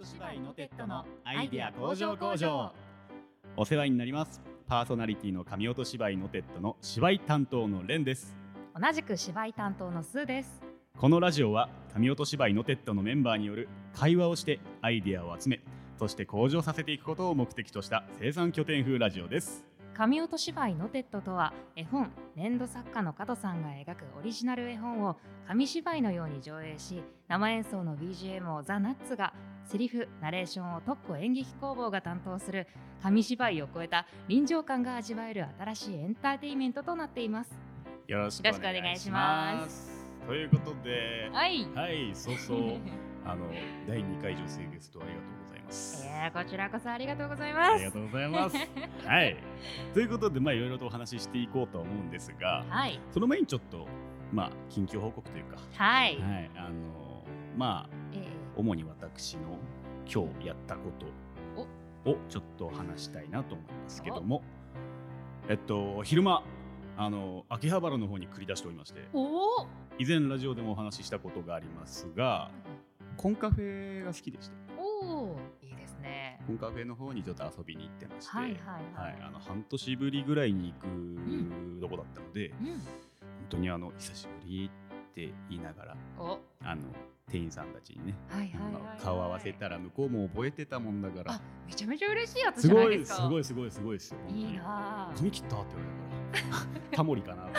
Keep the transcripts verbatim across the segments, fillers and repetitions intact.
音芝居のテッドのアイデア工場工場。お世話になります。パーソナリティの神音芝居のテッドの芝居担当のレンです。 同じく芝居担当のスーです。 このラジオは神音芝居のテッドのメンバーによる会話をしてアイデアを集め、そして向上させていくことを目的とした生産拠点風ラジオです。 神音芝居のテッドとは、絵本粘土作家の加藤さんが描くオリジナル絵本を紙芝居のように上映し、生演奏の ビージーエム をザ・ナッツが、セリフナレーションを特攻演劇工房が担当する紙芝居を超えた臨場感が味わえる新しいエンターテインメントとなっています。 よろしくお願いします。ということで、 はい、 はい、そうそうあのだいにかい女性ゲストありがとうございます。 いや、こちらこそありがとうございます。 ありがとうございますはい、ということで、まあいろいろとお話ししていこうと思うんですが、はい、その前にちょっとまあ近況報告というか、 はい、 はい、あのまあ、えー、主に私の今日やったことをちょっと話したいなと思いますけども、えっと昼間あの秋葉原の方に繰り出しておりまして、 お以前ラジオでもお話ししたことがありますが、コンカフェが好きでして、 おいいですね。 コンカフェの方にちょっと遊びに行ってまして、 はいはいはい、 はい、あの半年ぶりぐらいに行くとこだったので、うん、本当にあの久しぶりって言いながら、あの店員さんたちにね、はいはいはいはい、顔合わせたら向こうも覚えてたもんだから、 あ、めちゃめちゃ嬉しいやつじゃないですか。 すごいすごいすごいすごいですよ。 いいな。 髪切ったって言われたからタモリかな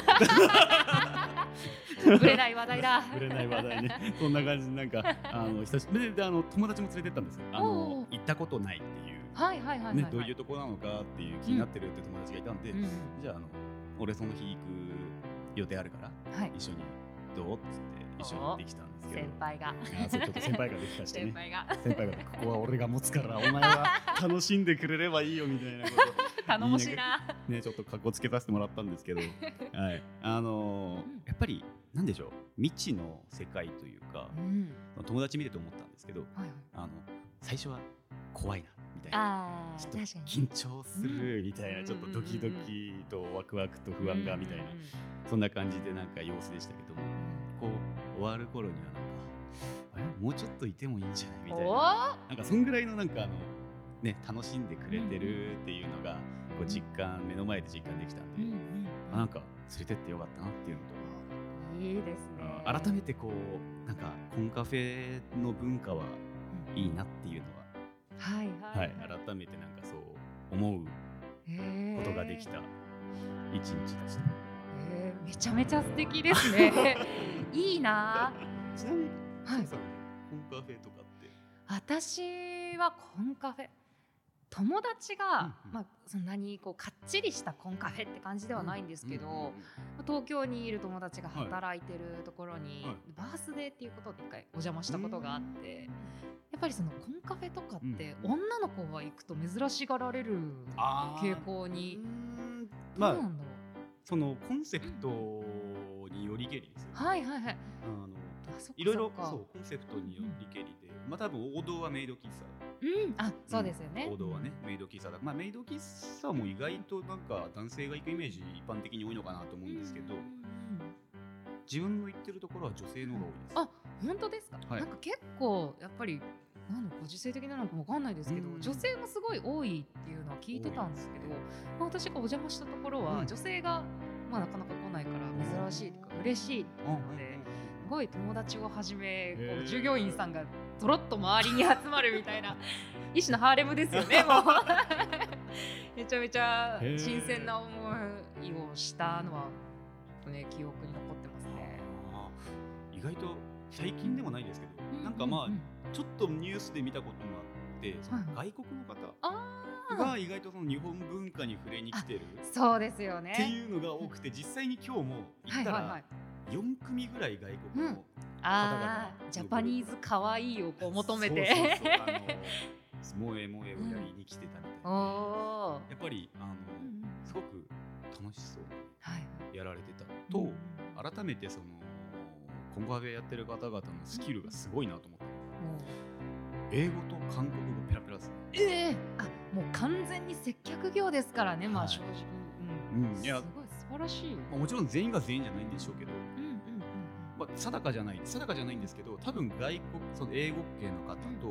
売れない話題だ売れない話題ねそんな感じで、なんかあの久しぶりであの友達も連れてったんですよ。あの行ったことないっていう、 はいはいはいはい、 ね、どういうとこなのかっていう気になってるって友達がいたんで、うん、じゃあ、あの俺その日行く予定あるから、はい、一緒にどうっつって一緒に行ってきたんですけど、 先輩があそうちょっと先輩ができたしてね先輩が先輩がここは俺が持つからお前は楽しんでくれればいいよみたいなこと頼もしいなね、ちょっと格好つけさせてもらったんですけどはい、あのーうん、やっぱりなんでしょう、未知の世界というか、うん、友達見てて思ったんですけど、はいはい、あの最初は怖いなみたいな、ちょっと緊張するみたいな、うん、ちょっとドキドキとワクワクと不安がみたいな、うん、そんな感じでなんか様子でしたけども、こう終わる頃にはなんかあれもうちょっといてもいいんじゃないみたいな、なんかそんぐらいのなんかあのね、楽しんでくれてるっていうのがこう実感、目の前で実感できたんで、うんうん、なんか連れてってよかったなっていうのと、 いいですね。 改めてこうなんかコンカフェの文化はいいなっていうのは、 うん、はいはい、 はい、改めてなんかそう思うことができた一日でした。 えー、めちゃめちゃ素敵ですねいいな。 ちなみに、はい、コンカフェとかって？ 私はコンカフェ、友達が、うんうん、まあ、そんなにこうかっちりしたコンカフェって感じではないんですけど、うんうんうん、東京にいる友達が働いてるところに、はい、バースデーっていうことで一回お邪魔したことがあって、やっぱりそのコンカフェとかって、うん、女の子が行くと珍しがられる傾向に、どうなんだろう、まあ、 そのコンセプトによりけりですよね、 うん、はいはいはい、 あのいろいろそうコンセプトによりけりで、うん、まあ多分王道はメイド喫茶、 うん、あ、そうですよね、 うん、王道はねメイド喫茶だ、まあメイド喫茶も意外となんか男性が行くイメージ一般的に多いのかなと思うんですけど、うん、自分の行ってるところは女性の方が多いです。 あ、本当ですか、はい、なんか結構やっぱりなんか時勢的なのかも分かんないですけど、うん、女性もすごい多いっていうのは聞いてたんですけど、まあ、私がお邪魔したところは、うん、女性が、まあ、なかなか来ないから珍しいとか嬉しいって言って、すごい友達をはじめこう従業員さんがドロッと周りに集まるみたいな一種のハーレムですよねもうめちゃめちゃ新鮮な思いをしたのはちょっとね記憶に残ってますね。 あ、意外と最近でもないですけど、うんうんうん、なんかまあちょっとニュースで見たこともあって、その外国の方が意外とその日本文化に触れに来てる、 そうですよねっていうのが多くて、実際に今日も行ったらよんくみぐらい外国の方々、うん、 あジャパニーズかわいいをこう求めてそうそうそう、あの萌え萌えをやりに来てたみたいな、うん、やっぱりあの、うん、すごく楽しそうにやられてたと、はい、改めてそのコンカフェやってる方々のスキルがすごいなと思って、うん、英語と韓国語ペラペラですね。 えー、あ、もう完全に接客業ですからね、まあ正直、はい、うん、いやすごい素晴らしい、 まあ、もちろん全員が全員じゃないんでしょうけど、うんうんうん、まあ、定かじゃない定かじゃないんですけど、多分外国その英語系の方と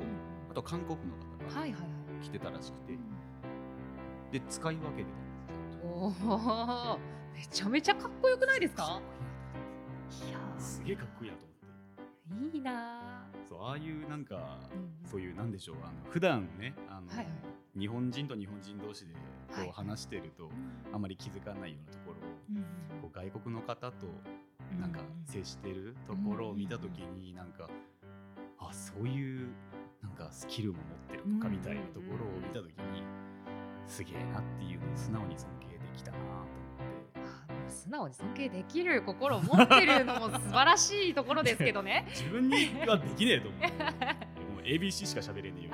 あと韓国の方が来てたらしくて、で使い分けてたんですよ。 おお、めちゃめちゃかっこよくないですか？ いやすげえかっこいいなと思って。 いいな。 そう、ああいうなんか、うん、そういうなんでしょう、あの普段ね、あの、はいはい、日本人と日本人同士でこう話してると、はい、あまり気づかないようなところを、うん、こう外国の方となんか接してるところを見たときに、なんか、あ、そういうなんかスキルも持ってるとかみたいなところを見たときに、すげえなっていうのを素直に尊敬できたなと思って。 素直に尊敬できる心を持ってるのも素晴らしいところですけどね。 自分にはできねえと思って。もう エービーシー しか喋れねえよ。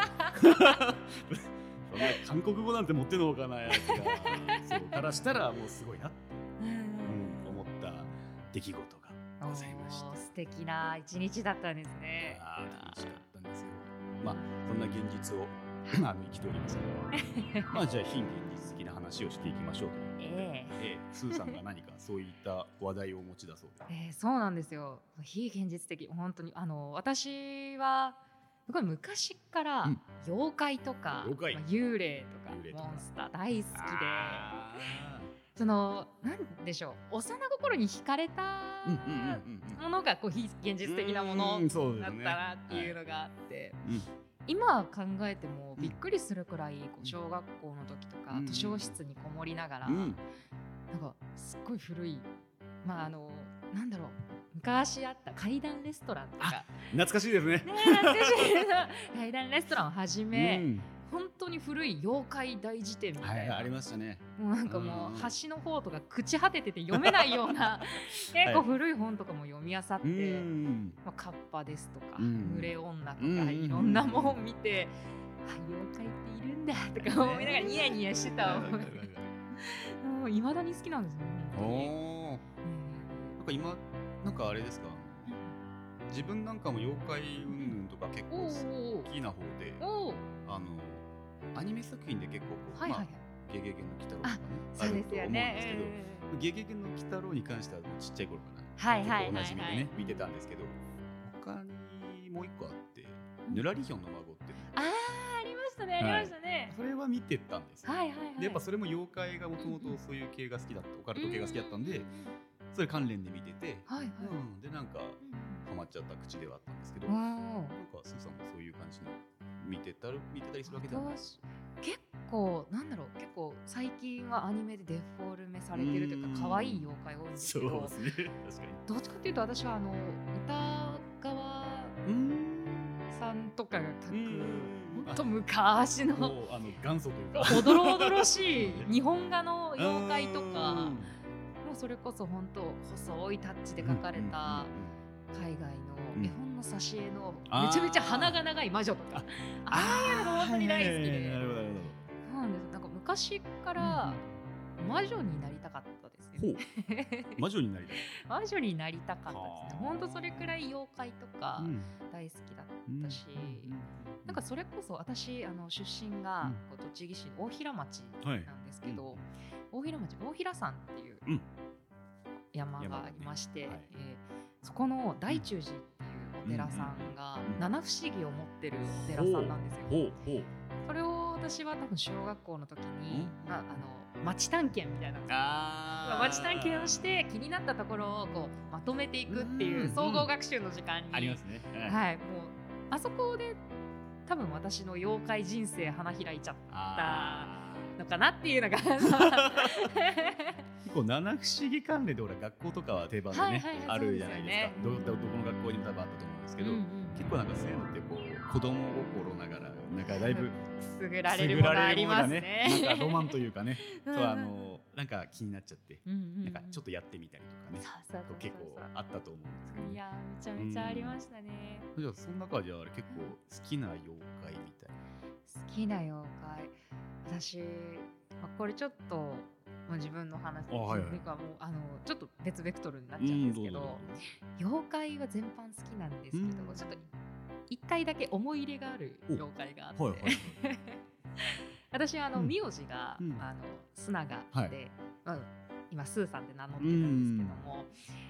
そんな韓国語なんて持ってんのかなやつが、そうからしたらもうすごいなって、うん、思った出来事がございました。 素敵な一日だったんですね。 ああ、楽しかったんですよ。まあそんな現実をあの生きておりますので、まあじゃあ非現実的な話をしていきましょうと。えー、えー、スーさんが何かそういった話題を持ち出そうで。 えー、そうなんですよ。非現実的、本当にあの私はすごい昔から妖怪とか、うん、まあ、幽霊とかモンスター大好きで、そのなんでしょう、幼心に惹かれたものがこう非現実的なものだったなっていうのがあって、うん、今考えてもびっくりするくらいこう小学校の時とか図書室にこもりながら、うん、なんかすっごい古い、まああのなんだろう、昔あった怪談レストランとか、 懐かしいですね。 ね、懐かしい怪談レストランをはじめ、うん、本当に古い妖怪大辞典みたいな、はい、 ありましたね。 もうなんかもう端の方とか朽ち果ててて読めないような結構古い本とかも読み漁って、はい、まあ、カッパですとか、うん、群れ女とか、うん、いろんなものを見て、うん、あ、妖怪っているんだとか思いながらニヤニヤしてた思いいまだに好きなんですよね。 おー、うん、なんか今なんかあれですか、自分なんかも妖怪云々とか結構好きな方で、あのアニメ作品で結構こう、はいはいはい、まあ、ゲゲゲの鬼太郎とかね、あると思うんですけど、えー、ゲゲゲの鬼太郎に関してはちっちゃい頃かな、はいはいはいはい、結構おなじみでね見てたんですけど、他にもう一個あって、ぬらりひょんの孫っていうの、 ああ、ありましたね、ありましたね。 それは見てたんですよ。 はいはいはい。 でやっぱそれも妖怪がもともとそういう系が好きだった、オカルト系が好きだったんで、それ関連で見てて、はいはい、うん、でなんかハマっちゃった口ではあったんですけど、なんかスーさんもそういう感じの見てたり見てたりするわけじゃないですか。 結構なんだろう、結構最近はアニメでデフォルメされてるというか可愛い妖怪多いんですけど、 そうですね、確かに。 どっちかっていうと私はあの歌川さんとかが書く本当昔のあの元祖というかおどろおどろしい日本画の妖怪とか、それこそ本当細いタッチで描かれた海外の絵本の挿絵のめちゃめちゃ鼻が長い魔女とか、ああいうのが本当に大好きで、なるほどなるほど。なんです。なんか昔から魔女になりたかったですね。 魔女になりたい。 魔女になりたかったですね。本当それくらい妖怪とか大好きだったし、なんかそれこそ私あの出身が栃木市大平町なんですけど、大平町大平山っていう山がありまして、ね、はい、えー、そこの大中寺っていうお寺さんが七不思議を持ってるお寺さんなんですよ。ほうほう。それを私は多分小学校の時に、まあ、あの町探検みたいな、あ、町探検をして気になったところをこうまとめていくっていう総合学習の時間に、 ありますね。はい、 はい、もうあそこで多分私の妖怪人生花開いちゃったのかなっていうのが結構七不思議関連で俺学校とかは定番でね、はいはいはい、あるじゃないですか。ど, どこの学校にも多分あったと思うんですけど、うんうん、結構なんかそういうのってこう子供心ながらなんかだいぶくすぐられるものありますね。 なんかロマンというかね、そうあのなんか気になっちゃって、うんうんうん、なんかちょっとやってみたりとかね、そうそうそうそう、結構あったと思うんですけど、 いやめちゃめちゃありましたね。 うん、じゃあその中では結構好きな妖怪みたいな。 好きな妖怪、私、まあ、これちょっと、まあ、自分の話というか、はいはい、もうあのちょっと別ベクトルになっちゃうんですけど、ど妖怪は全般好きなんですけど、ちょっと一回だけ思い入れがある妖怪があって、はいはいはい、私はあの、うん、名字が、うん、あの須永で、はい、まあ、今スーさんって名乗ってるんですけども、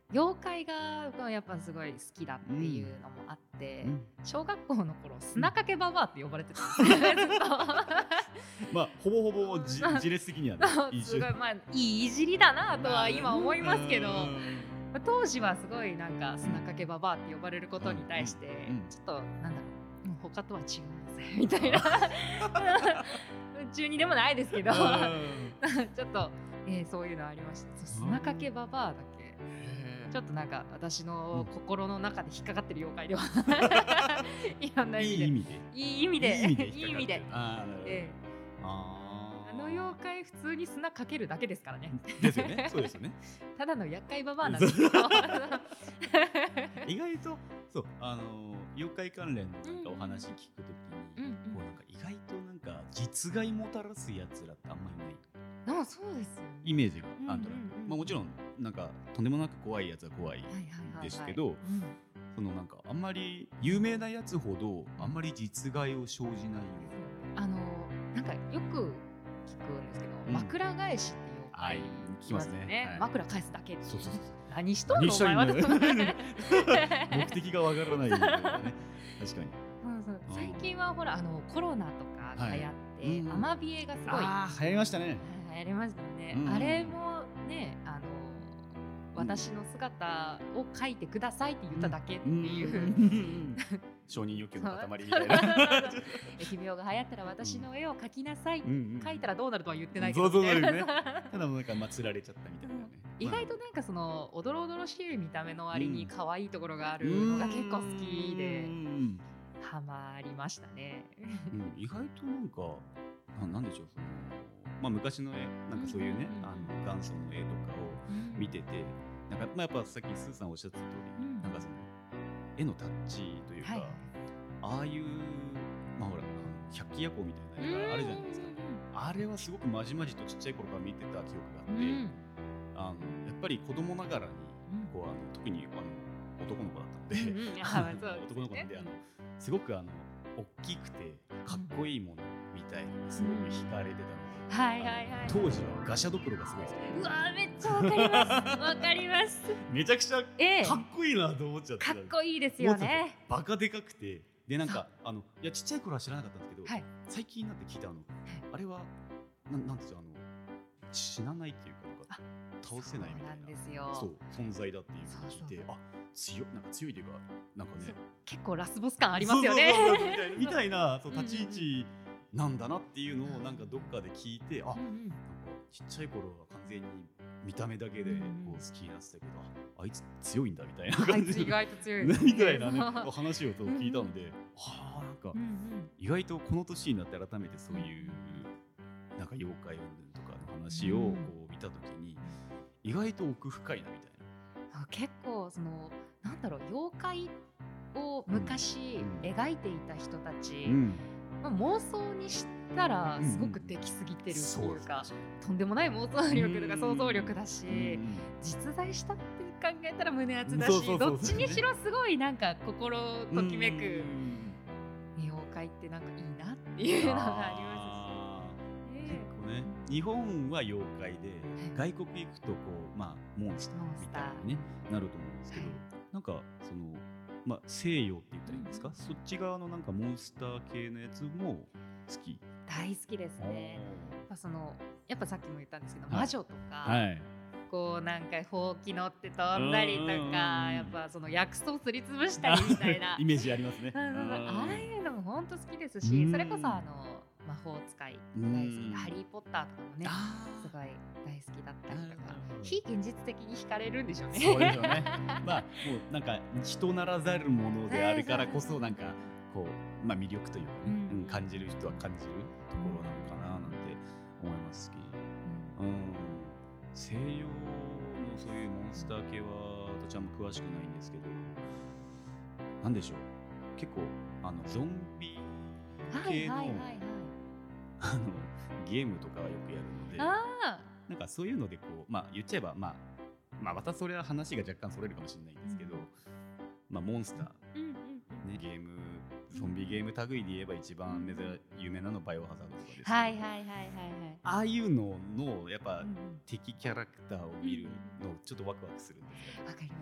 妖怪がやっぱすごい好きだっていうのもあって、うん、小学校の頃砂かけババアって呼ばれてたんですよねまあほぼほぼじじ列的にはねすごい、まあ、いいいじりだなとは今思いますけど、当時はすごいなんか砂かけババアって呼ばれることに対して、うん、ちょっとなんだろう、他とは違うんですみたいな宇宙にでもないですけどちょっと、えー、そういうのありました。砂かけババアだけちょっとなんか私の心の中で引っかかってる妖怪ではいろんな意味でいい意味でいい意味でいい意味であの妖怪普通に砂かけるだけですからね。 ですよね。そうですよね。 ただの厄介ババアなんですよ意外とそうあの妖怪関連のなんかお話聞くときに、うん、こうなんか意外となんか実害もたらすやつらってあんまりない。 ああそうですよ、ね、 イメージがあんとなく、まあもちろんなんかとんでもなく怖いやつは怖いですけど、そのなんかあんまり有名なやつほどあんまり実害を生じない。 あのなんかよく聞くんですけど、うん、枕返しっていうはい、聞きますね。ねはい、枕返すだけ。 そうそうそう。 何しとんのお前は。 目的がわからない、ね。確かに。 そうそう。最近はほらあのコロナとかが流行って、はいうん、アマビエがすごい。 ああ流行りましたね。 流行りましたね。うん、あれもねあの私の姿を描いてくださいって言っただけっていう。うんうん承認欲求の塊みたいな疫病が流行ったら私の絵を描きなさい、うん、描いたらどうなるとは言ってないけど、そうそうね、ただなんか祀られちゃったみたいなね、 うん、意外となんかそのおどろおどろしい見た目の割に可愛いところがあるのが結構好きでハマりましたね、 うん、意外となんか な, なんでしょうその、まあ、昔の絵なんかそういうね、うん、あの元祖の絵とかを見てて、うん、なんかまあやっぱさっきスーさんおっしゃってた通り、うん、なんかその絵のタッチというか、はい、ああいうまあほら百鬼夜行みたいな絵があるじゃないですか。あれはすごくまじまじとちっちゃい頃から見てた記憶があって、うん、あのやっぱり子供ながらにこうあの特にあの男の子だったので、うんうん、男の子なんであのすごくあの大きくてかっこいいものみたいにすごく惹かれてたので。 はいはいはい、 当時はガシャドクロがすごいです。 うわーめっちゃわかりますわかりますめちゃくちゃかっこいいなと思っちゃって、 かっこいいですよね。 バカでかくてでなんかあのいやちっちゃい頃は知らなかったんですけど、はい、最近になって聞いたの、はい、あれはななんですよあの死なないっていうかなんか倒せないみたいな、 そうなんですよ。そう存在だっていうのを聞いて、そうそうあ強なんか強いというかなんかね結構ラスボス感ありますよね。 そうそうそうそうみたいなそう立ち位置なんだなっていうのをなんかどっかで聞いて、あ、うんうん、なんかちっちゃい頃は完全に見た目だけでこう好きになってたけど、うん、あいつ強いんだみたいな感じで意外と強いです、 ね、みたいな、ね、話を聞いたので、はあなんか意外とこの年になって改めてそういうなんか妖怪云々とかの話をこう見た時に意外と奥深いなみたいな。 結構そのなんだろう妖怪を昔描いていた人たち、うんうんまあ、妄想にしたらすごくできすぎてるっていうか、うん、とんでもない妄想力とか想像力だし、うん、実在したって考えたら胸熱だし、どっちにしろすごいなんか心ときめく、うん、妖怪ってなんかいいなっていうのがありますし、 結構ね日本は妖怪で、はい、外国行くとこう、まあ、モンスターみたいに、ね、なると思うんですけど、はい、なんかそのまあ、西洋って言ったらいいんですか、うん、そっち側のなんかモンスター系のやつも好き？ 大好きですね。やっぱそのやっぱさっきも言ったんですけど、はい、魔女とか、はい、こうなんかほうき乗って飛んだりとかやっぱその薬草すりつぶしたりみたいなイメージありますね。 ああいうのも本当好きですし、それこそあの魔法使い大好きなハリーポッターとかもねすごい大好きだったりとか、非現実的に惹かれるんでしょうね。 そうですよね。まあもうなんか人ならざるものであるからこそなんかこうまあ魅力というかね、うん、感じる人は感じるところなのかななんて思いますし、うんうん、西洋のそういうモンスター系は私はあんま詳しくないんですけど、なんでしょう結構あのゾンビ系の、はいはいはいはい、あのゲームとかはよくやるので、あなんかそういうのでこうまあ言っちゃえばまあまあまたそれは話が若干それるかもしれないんですけど、うん、まあモンスター、うんうんうんね、ゲームゾンビゲーム類で言えば一番珍有名なのバイオハザードとかですけど、 はいはいはいはいはい、 ああいうののやっぱ、うん、敵キャラクターを見るのちょっとワクワクするんですよ。 わかりま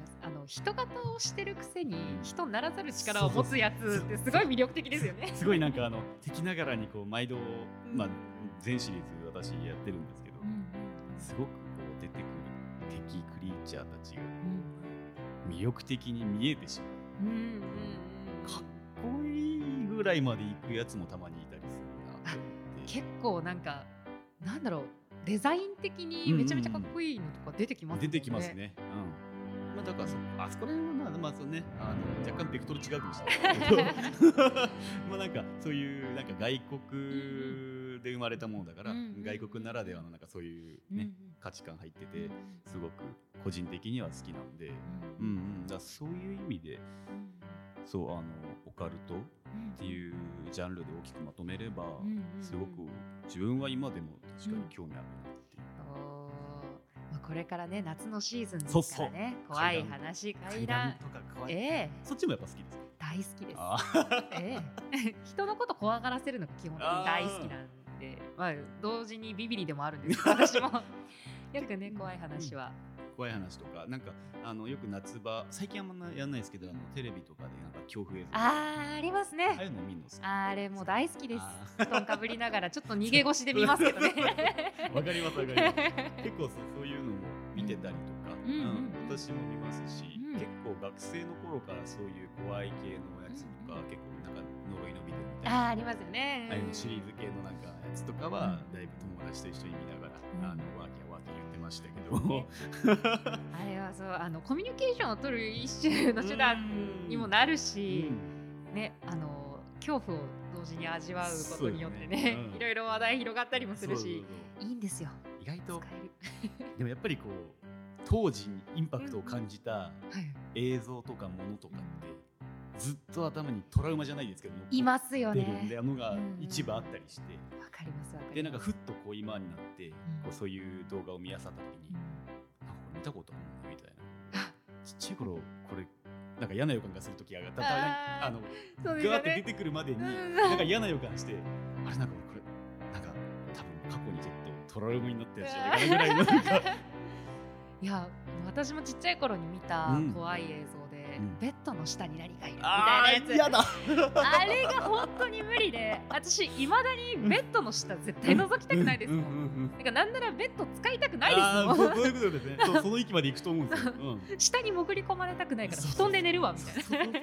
人型をしてるくせに人ならざる力を持つやつってすごい魅力的ですよね。 すごいなんかあの敵ながらにこう毎度、まあ、全シリーズ私やってるんですけど、うん、すごくこう出てくる敵クリーチャーたちが魅力的に見えてしまう、うんうんうん、かっこいいぐらいまで行くやつもたまにいたりするなって。 結構なんかなんだろう、デザイン的にめちゃめちゃかっこいいのとか出てきますね。 出てきますね。うん。まあだからそあそこら辺はまあまあそうね、あの若干ベクトル違うかもしれないけど、まあなんかそういうなんか外国で生まれたものだから、うん、外国ならではのなんかそういうね、うん、価値観入っててすごく個人的には好きなんで、うん、うん、だそういう意味で、そうあのオカルトっていうジャンルで大きくまとめれば、すごく自分は今でも確かに興味あるなっていう。 まあ、これからね夏のシーズンですからね、そうそう怖い話、怪談とか怖い、 えー、 そっちもやっぱ好きですか？ 大好きです。えー、人のこと怖がらせるのが基本的に大好きなんで、まあ、同時にビビリでもあるんですけど私もよくね怖い話は。 怖い話とかなんかあのよく夏場最近あんまやんないですけど、あのテレビとかでなんか恐怖映像あーありますね。 ああいうの見るの好き。 あれもう大好きです。布団かぶりながらちょっと逃げ腰で見ますけどね。 わかりますわかります。結構そう、そういうのも見てたりとか、うんうんうん、私も見ますし、うん、結構学生の頃からそういう怖い系のやつとか、うん、結構なんか呪いのビデオみたいなあ, ありますよね。 ああいうのシリーズ系のなんかやつとかは、うん、だいぶ友達と一緒に見ながら、うん、あのワーキャーワーキャー言ってましたけど、ね、 あれはそうあのコミュニケーションを取る一種の手段にもなるし、うん、ねあの恐怖を同時に味わうことによってね、ね、うん、いろいろ話題広がったりもするし、そうそうそういいんですよ。 意外とでもやっぱりこう当時にインパクトを感じた映像とかものとかってずっと頭にトラウマじゃないですけどいますよね。 であのが一部あったりして、 うんうん、わかりますわかります。 でなんかふっとこう今になって、うん、こうそういう動画を見漁った時に、うん、なんかこれ見たことあるみたいなちっちゃい頃これなんか嫌な予感がする時がたあのガーって出てくるまでに、ね、なんか嫌な予感してあれなんかこれなんか多分過去にちょっとトラウマになったやつじゃないかなぐらいのなんかいや私もちっちゃい頃に見た怖い映像で、うん、ベッドの下に何がいるみたいなやつ、 嫌だあれが本当に無理で私いまだにベッドの下絶対覗きたくないですもん。なんかなんならベッド使いたくないですもん。 そういうことですね。そ, その域まで行くと思うんですよ、 うん、下に潜り込まれたくないから布団で寝るわみたいな。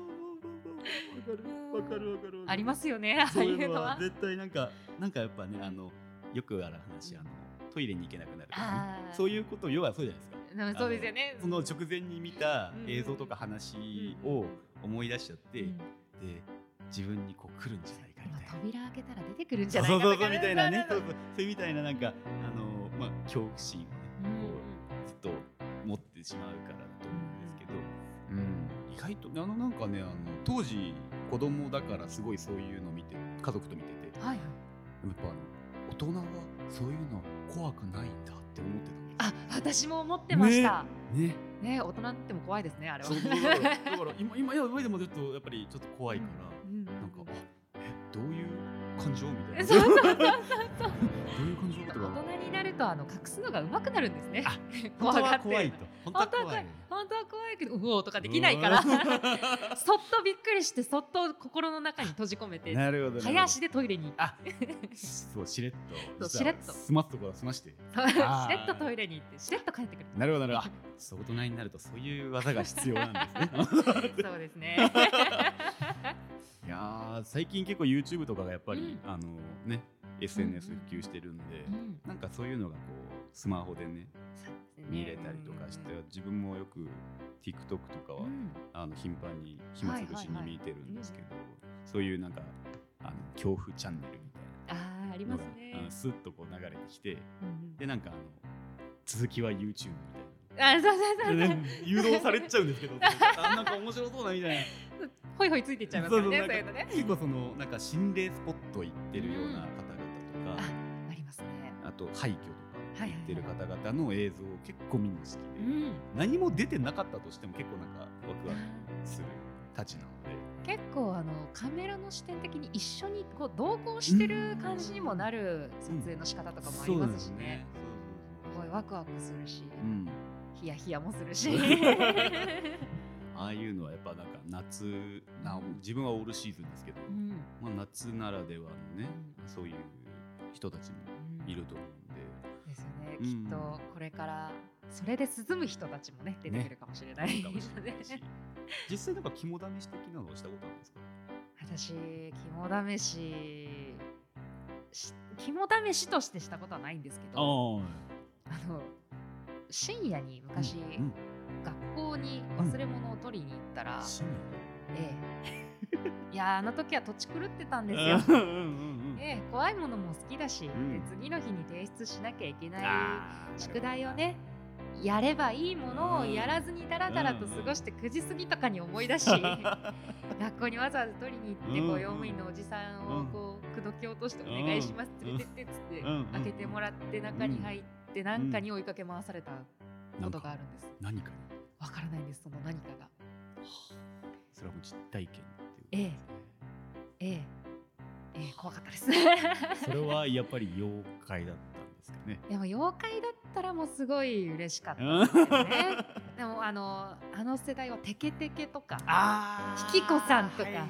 わかるわかる。 ありますよね、ああいうのは。 絶対なんかなんかやっぱねあのよくある話、あのトイレに行けなくなるとか、ね、そういうこと要はそうじゃないですか。 そうですよね。 その直前に見た映像とか話を思い出しちゃって、うん、で自分にこう来るんじゃないかみたいな。 扉開けたら出てくるんじゃないかとか。 そうそうそうみたいなね。そうそうそういうみたいななんかあのまあ恐怖心をね、うん、こうずっと持ってしまうからだと思うんですけど、うん、意外とあのなんかねあの当時子供だからすごいそういうのを見て家族と見てて、はい、やっぱあの大人はそういうの怖くないんだって思ってた。 あ、私も思ってました。 ね、 ね、大人っても怖いですね、あれは。 そうそうそうだから今今や上でもちょっとやっぱりちょっと怖いから、うん、なんかあえどういう感情みたいな。そうそうそうそう。どういう感情とか。 大人になるとあの隠すのが上手くなるんですね。 本当は怖いと。 本当は怖い。本当は怖いけどうおーとかできないから。そっとびっくりしてそっと心の中に閉じ込めて。 なるほど。 早足でトイレに。 あ、そうしれっと。 しれっと。 済ますところ済まして。しれっとトイレに行ってしれっと帰ってくる。 なるほどなるほど。そう大人になるとそういう技が必要なんですね。 そうですね。 いや最近結構 YouTube とかがやっぱり、うん、あのね エスエヌエス 普及してるんで、うん、なんかそういうのがこうスマホでね、うん、見れたりとかして、自分もよく TikTok とかは、うん、あの頻繁に暇つぶしに見てるんですけど、そういうなんかあの恐怖チャンネルみたいなあありますね。 あのスッとこう流れてきて、うん、でなんかあの続きは YouTube みたいな。 あそうそうそう、 ね、誘導されちゃうんですけどあなんか面白そうなみたいなホイホイついていっちゃいますからね。そういうのね結構そのなんか心霊スポット行ってるような方々とか、うん、 あ, ありますね。 あと廃墟とか行ってる方々の映像を結構見るの好きで、うん、何も出てなかったとしても結構なんかワクワクするたちなので、 結構あのカメラの視点的に一緒にこう同行してる感じにもなる撮影の仕方とかもありますしね。すごいワクワクするし、うん、 ヒヤヒヤもするしああいうのはやっぱなんか夏な、自分はオールシーズンですけど、うん、まあ、夏ならではのね、うん、そういう人たちもいると思うんで、 うん、ですよね、うん、きっとこれからそれで涼む人たちもね出てくるかもしれない、ね、 実際なんか肝試し的なのをしたことあるんですか？ 私肝試し肝試しとしてしたことはないんですけど、あの深夜に昔、うんうん、学校に忘れ物を取りに行ったら、うん、ええ、いやあの時は土地狂ってたんですようんうん、ええ、怖いものも好きだし、うん、で次の日に提出しなきゃいけない宿題をねやればいいものをやらずにダラダラと過ごしてくじ過ぎとかに思い出し、学校にわざわざ取りに行ってこう用務員のおじさんをこう口説き落としてお願いします連れてってっつって開けてもらって中に入って何かに追いかけ回されたことがあるんです。 何かにわからないんです、その何かが。 それはもう実体験っていうことですね。ええええええ、怖かったですそれはやっぱり妖怪だったんですかね。 でも妖怪だったらもうすごい嬉しかったですよねでもあのあの世代はテケテケとかひきこさんとか、はいはい、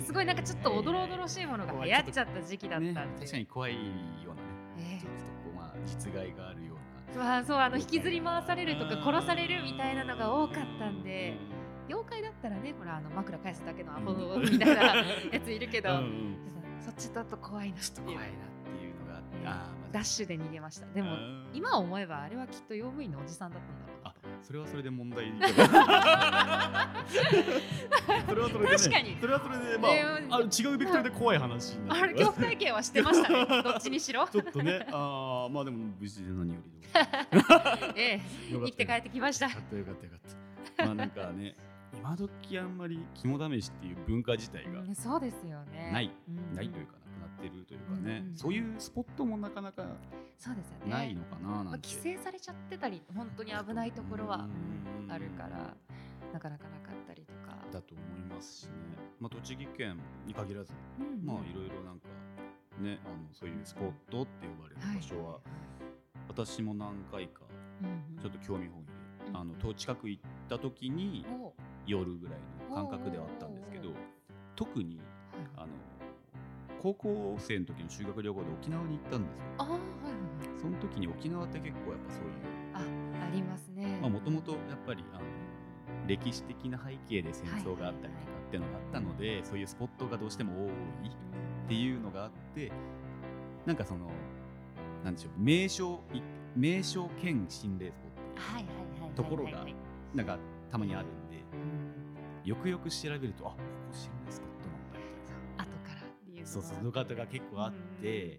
すごいなんかちょっとおどろおどろしいものが流行っちゃった時期だったんで、ね、 確かに怖いようなね、えー、ちょっとこう、まあ、実害があるような、 まあ、そうあの引きずり回されるとか殺されるみたいなのが多かったんで、妖怪だったらねほらあの枕返すだけのアホみたいなやついるけど、うんうん、そっちだと怖いなっていう怖いなっていうのがあって、あ、 まあ、ダッシュで逃げました。でも今思えばあれはきっと用務員のおじさんだったんだろうな。 あ、それはそれで問題それはそれで、ね、 確かにそれはそれで、まあ、えー、あ違うベクトルで怖い話になる。 あれ恐怖体験はしてましたねどっちにしろちょっとね、あまあでも無事で何よりええ生きて帰ってきました。 よかったよかったよかったまあなんかね今時あんまり肝試しっていう文化自体が、 うん、そうですよね、 ない、うん、ないというかなくなってるというかね、うん、そういうスポットもなかなかないのかななんて、 まあ、規制されちゃってたり本当に危ないところはあるからなかなかなかったりとかだと思いますしね、まあ、栃木県に限らず、うん、まあいろいろなんかねあのそういうスポットって呼ばれる場所は、はい、私も何回かちょっと興味本位で、うん、あの遠近く行った時に夜ぐらいの感覚ではあったんですけど、特に、はい、あの高校生の時の修学旅行で沖縄に行ったんですよ。あ、はいはい、その時に沖縄って結構やっぱそういうあ、ありますね。 もともとやっぱりあの歴史的な背景で戦争があったりとかっていうのがあったので、はいはいはい、そういうスポットがどうしても多いっていうのがあって、なんかそのなんでしょう名所名所兼心霊スポットところがなんかたまにあるんで、よくよく調べるとあここ心霊スポットなんだみたいな後からっていうそうそうそういう方が結構あって、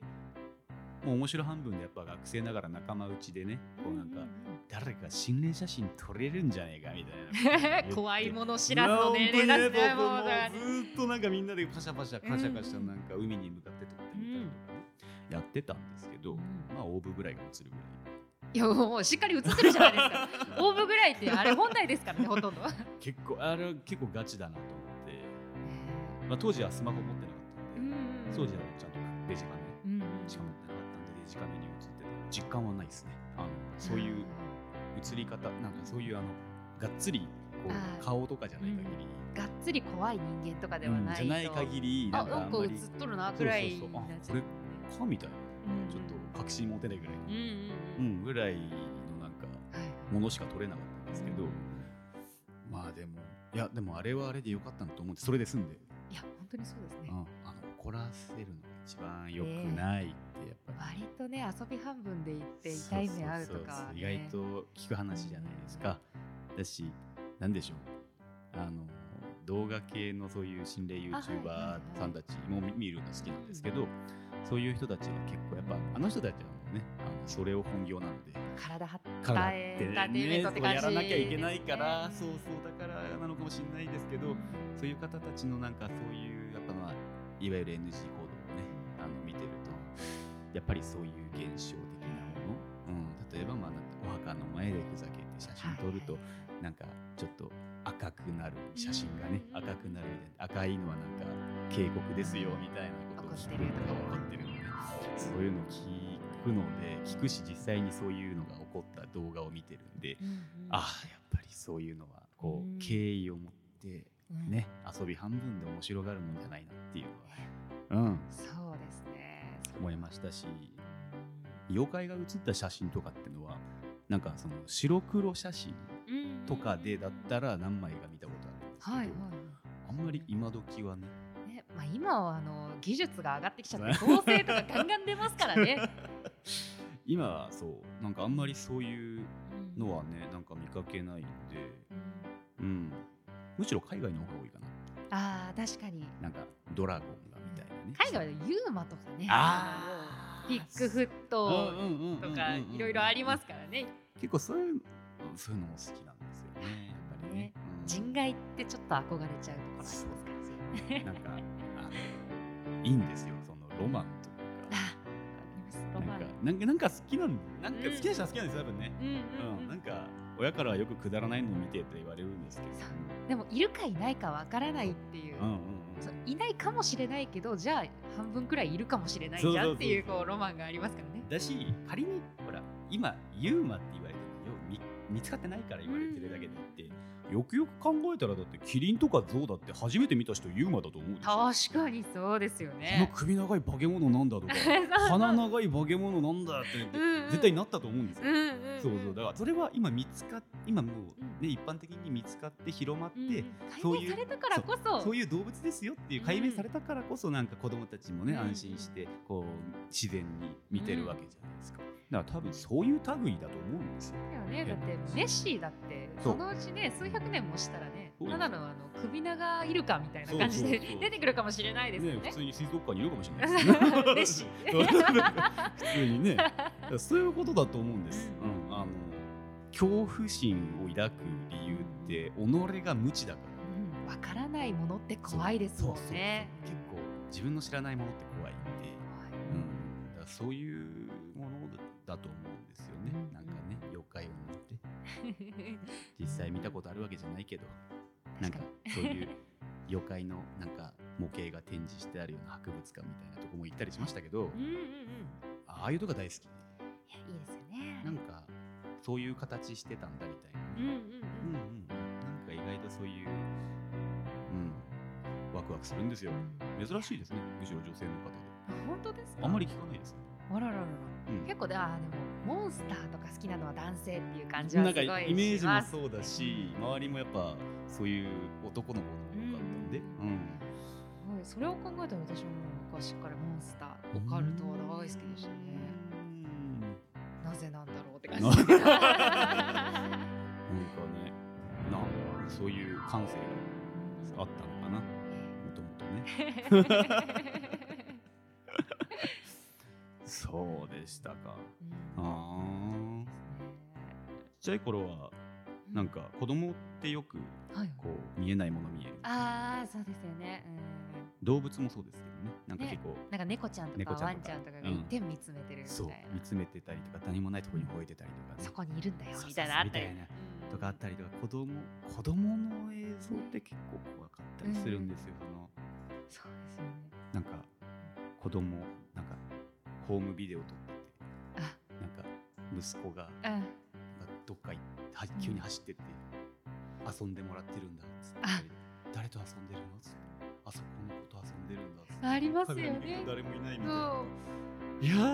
もう面白半分でやっぱ学生ながら仲間内でねこうなんか誰か心霊写真撮れるんじゃねえかみたいな怖いもの知らずの年齢だって、 もうずっとなんかみんなでパシャパシャパシャパシャなんか海に向かって撮ってみたりとかね、やってたんですけど、まあオーブぐらいが映るぐらい。 いやもうしっかり映ってるじゃないですかオーブぐらいってあれ本体ですからねほとんど結構あれ結構ガチだなと思って、まあ、当時はスマホ持ってなかったんで、当時はちゃんとデジカメしか持ってなかったんでデジカメに映ってて実感はないですね。あのそういう映り方なんかそういうあのがっつりこう顔とかじゃない限り、 うん、がっつり怖い人間とかではないと、 うん、じゃない限りなんかあんまりあ、なんか映っとるなくらいそうそうそう、あ、これかみたいな、うん、ちょっと確信持てないぐらいの、うんうんうん、ぐらいのなんかものしか撮れなかったんですけど、はい、まあでもいやでもあれはあれでよかったなと思ってそれで済んで、 いや本当にそうですね、 うん、あの怒らせるのが一番良くないってやっぱり、 えー、割とね遊び半分で言って痛い目合うとかは、ね、そうそうそう意外と聞く話じゃないですか、うん、だしなんでしょうあの動画系のそういう心霊 YouTuber さんたちも見るの好きなんですけど、そういう人たちが結構やっぱあの人たちはねあのそれを本業なので体張ったエンターテインメントって感じやらなきゃいけないから、ね、そうそうだからなのかもしれないですけど、うん、そういう方たちのなんかそういうやっぱまあいわゆる エヌジー 行動をねあの見てるとやっぱりそういう現象的なもの、うん、例えばまあなんかお墓の前でふざけて写真撮ると、はい、なんかちょっと赤くなる写真がね、うん、赤くなるみたいな赤いのはなんか警告ですよみたいなことを聞くとか分かってるので、そういうのを聞くくので聞くし、実際にそういうのが起こった動画を見てるんで、うんうん、ああやっぱりそういうのはこう、うん、敬意を持ってね、うん、遊び半分で面白がるもんじゃないなっていうのは、うん、 そうですね思いましたし、妖怪が写った写真とかっていうのはなんかその白黒写真とかでだったら何枚か見たことあるんですけど、はいはい、あんまり今時はね、 ね、まあ、今はあの技術が上がってきちゃって合成とかガンガン出ますからね今はそうなんかあんまりそういうのはね、なんか見かけないので、うん、うん、むしろ海外の方が多いかな。 あー確かになんかドラゴンがみたいなね、 海外でユーマとかね、あピックフットとかいろいろありますからね。 結構そういうそういうのも好きなんですよね、やっぱりね。 うん、人外ってちょっと憧れちゃうところありますからね。 なんかあのいいんですよ、そのロマンというか。なんかなんかなんか好きなんなんか好きな人は好きなんですよ多分ね。うんうんうん、なんか親からはよくくだらないのを見てと言われるんですけど、 でもいるかいないかわからないっていう、うんうんうん、そういないかもしれないけど、じゃあ半分くらいいるかもしれないじゃんっていうこうロマンがありますからね。 だし仮にほら今ユーマって言われてるのよ 見, 見つかってないから言われてるだけであって、うん、よくよく考えたらだってキリンとかゾウだって初めて見た人ユーマだと思うでしょ。 確かにそうですよね。 この首長い化け物なんだとか鼻長い化け物なんだって絶対なったと思うんですよ。うんうん、そうそう、だからそれは今見つかっ今もうね、うん、一般的に見つかって広まって、うん、 そういう解明されたからこそそ, そういう動物ですよっていう解明されたからこそなんか子供たちもね、うん、安心してこう自然に見てるわけじゃないですか。だから多分そういう類だと思うんですよ。 だよね、だってネッシーだってそのうちね数百年もしたらね、ただのあの首長イルカみたいな感じで出てくるかもしれないですよね。 ね、普通に水族館にいるかもしれないですね。ネッシー普通にねそういうことだと思うんです。うん、あの恐怖心を抱く理由って己が無知だから、 うん、分からないものって怖いですもんね。 結構自分の知らないものって怖いんで、うん、だからそういうものだと思うんですよね、うん、なんかね妖怪を見て実際見たことあるわけじゃないけどなんかそういう妖怪のなんか模型が展示してあるような博物館みたいなとこも行ったりしましたけど、うんうんうん、ああいうとこ大好き。いやいいですよね。 なんかそういう形してたんだみたいな、うんうんうんうん、なんか意外とそういう、うん、ワクワクするんですよ。珍しいですね、むしろ女性の方で。 本当ですか？ あんまり聞かないですね。 あらららら、うん、結構であでもモンスターとか好きなのは男性っていう感じはすごいします。なんかイメージもそうだし、周りもやっぱそういう男の子の多かったんで、うんうんはい、それを考えたら私も昔からモンスター、オカルトは大好きでしたね。なぜなんだろうって感じなんかね、 なそういう感性があったのかな、もともとね。そうでしたか。うん、あちっちゃい頃はなんか子供ってよくこう見えないもの見える。 ああそうですよね。 うん、動物もそうですけどね。なんか結構、ね、 なんか猫ちゃんとかワンちゃんとかが一点見つめてるみたいな、うん、そう見つめてたりとか何もないところに吠えてたりとか、ね、 そこにいるんだよみたいなあったりとかあったりとか、子供子供の映像って結構怖かったりするんですよ。 うん、そのそうですよね。 なんか子供なんかホームビデオ撮ってて、あなんか息子がなんかどっか急に走ってって遊んでもらってるんだっつって、誰と遊んでるのっつって、あそこの子と遊んでるんだっつって、 ありますよね。 誰もいないみたいな。いや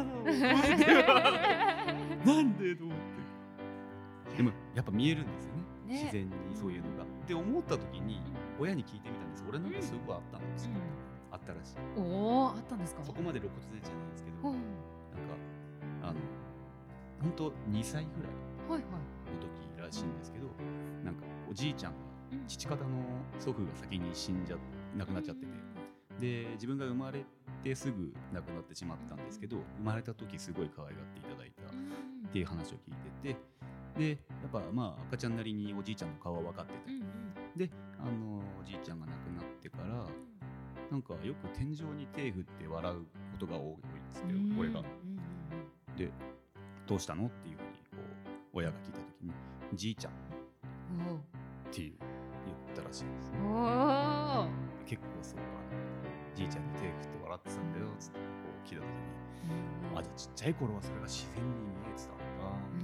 だなんでと思って。でもやっぱ見えるんですよね、ね、自然にそういうのが。って思った時に親に聞いてみたんです。俺なんかすごくあったんですよ、うん、あったらしい。 おお、あったんですか。 そこまで露骨じゃないんですけど、うん、なんかあの本当にさいぐらいの時らしいんですけど、なんかおじいちゃんが父方の祖父が先に死んじゃ亡くなっちゃってて、で自分が生まれてすぐ亡くなってしまったんですけど、生まれた時すごい可愛がっていただいたっていう話を聞いてて、でやっぱまあ赤ちゃんなりにおじいちゃんの顔は分かってて、であのおじいちゃんが亡くなってからなんかよく天井に手振って笑うことが多いんですけど、俺が。でどうしたのっていうふうにこう親が聞いた時にじいちゃんっていう言ったらしいんですね。結構そうじいちゃんに手振って笑ってたんだよっつってこう聞いた時にあ、じゃあちっちゃい頃はそれが自然に見えてたのかって、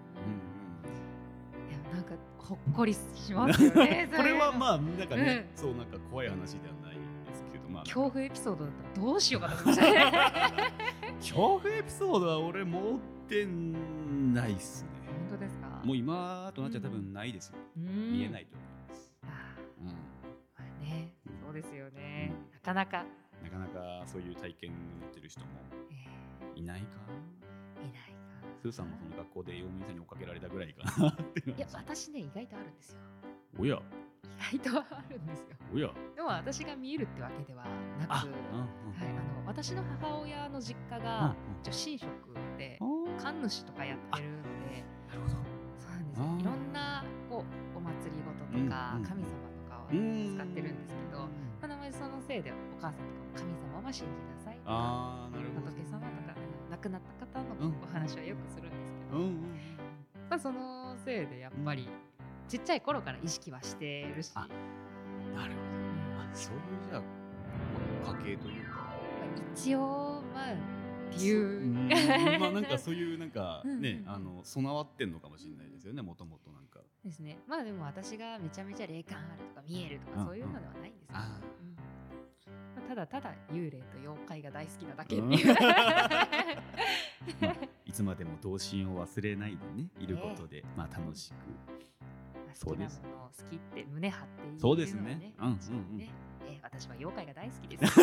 いやなんかほっこりしますよねこれはまあなんかね、うん、そうなんか怖い話ではないですけど、まあ恐怖エピソードだったらどうしようかと思いましたね恐怖エピソードは俺持ってないっすね。 本当ですか？ もう今となっちゃ多分ないですよ、うん、見えないと思います。あ、 うん、まあね、そうですよね、うん、なかなかなかなかそういう体験を持ってる人もいないか、 えー、いないか。 スーさんもその学校で用務員さんに追っかけられたぐらいかなっていう。 いや私ね意外とあるんですよ。 おや、 意外とあるんですよ。 おや、 でも私が見えるってわけではなく、はい、あの私の母親の実家が女神職で神主とかやってるんで、 なるほど、 そうなんですよ。いろんなこうお祭りごととか神様とかを使ってるんですけど、まあ、名前そのせいでお母さんとかも神様は信じなさいとか、 あ、なるほど、 仏様とか亡くなった方のお話はよくするんですけど、うんうん、まあ、そのせいでやっぱりちっちゃい頃から意識はしてるし。 あ、なるほど、あ、そういうじゃあ家系というか、まあ、一応まあっていうまあなんかそういうなんかね、あの備わってんのかもしれないですよね、もともとなんかですね。まあでも私がめちゃめちゃ霊感あるとか見えるとかそういうのではないんですけど、うんうん、まあ、ただただ幽霊と妖怪が大好きなだけっていう、うんまあ、いつまでも童心を忘れないでねいることで、えー、まあ楽しく、 好きなものを好きって胸張っているのはね、 そうですね、うんうんうん、 えー、私は妖怪が大好きです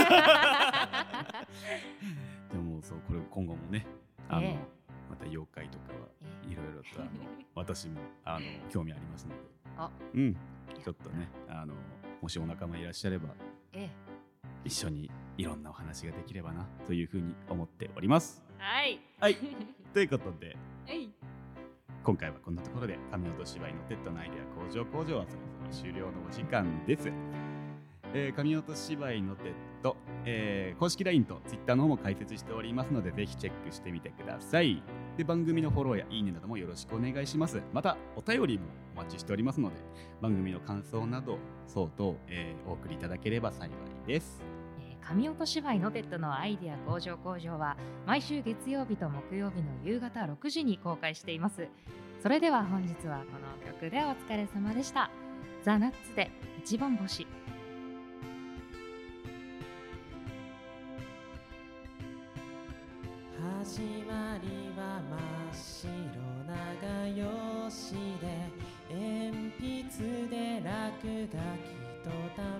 でもそう、これ今後もね、あの、えー、また妖怪とかはいろいろとあの私もあの興味ありますので、あ、うん、ちょっとね、あのもしお仲間いらっしゃれば、えー、一緒にいろんなお話ができればなというふうに思っております。 はい、 はい、ということで、 はい、 今回はこんなところで神音芝居のテッドのアイデア工場工場はそろそろ終了のお時間です。えー、神音芝居のテッド、えー、公式 ライン と Twitter の方も開設しておりますので、ぜひチェックしてみてください。で、番組のフォローやいいねなどもよろしくお願いします。またお便りもお待ちしておりますので、番組の感想などそうと、えー、お送りいただければ幸いです。 神音芝居のテッドのアイデア工場工場は毎週月曜日と木曜日の夕方ろくじに公開しています。それでは本日はこの曲でお疲れ様でした。ザ・ナッツで一番星。 始まりは真っ白な画用紙で鉛筆で落書きとた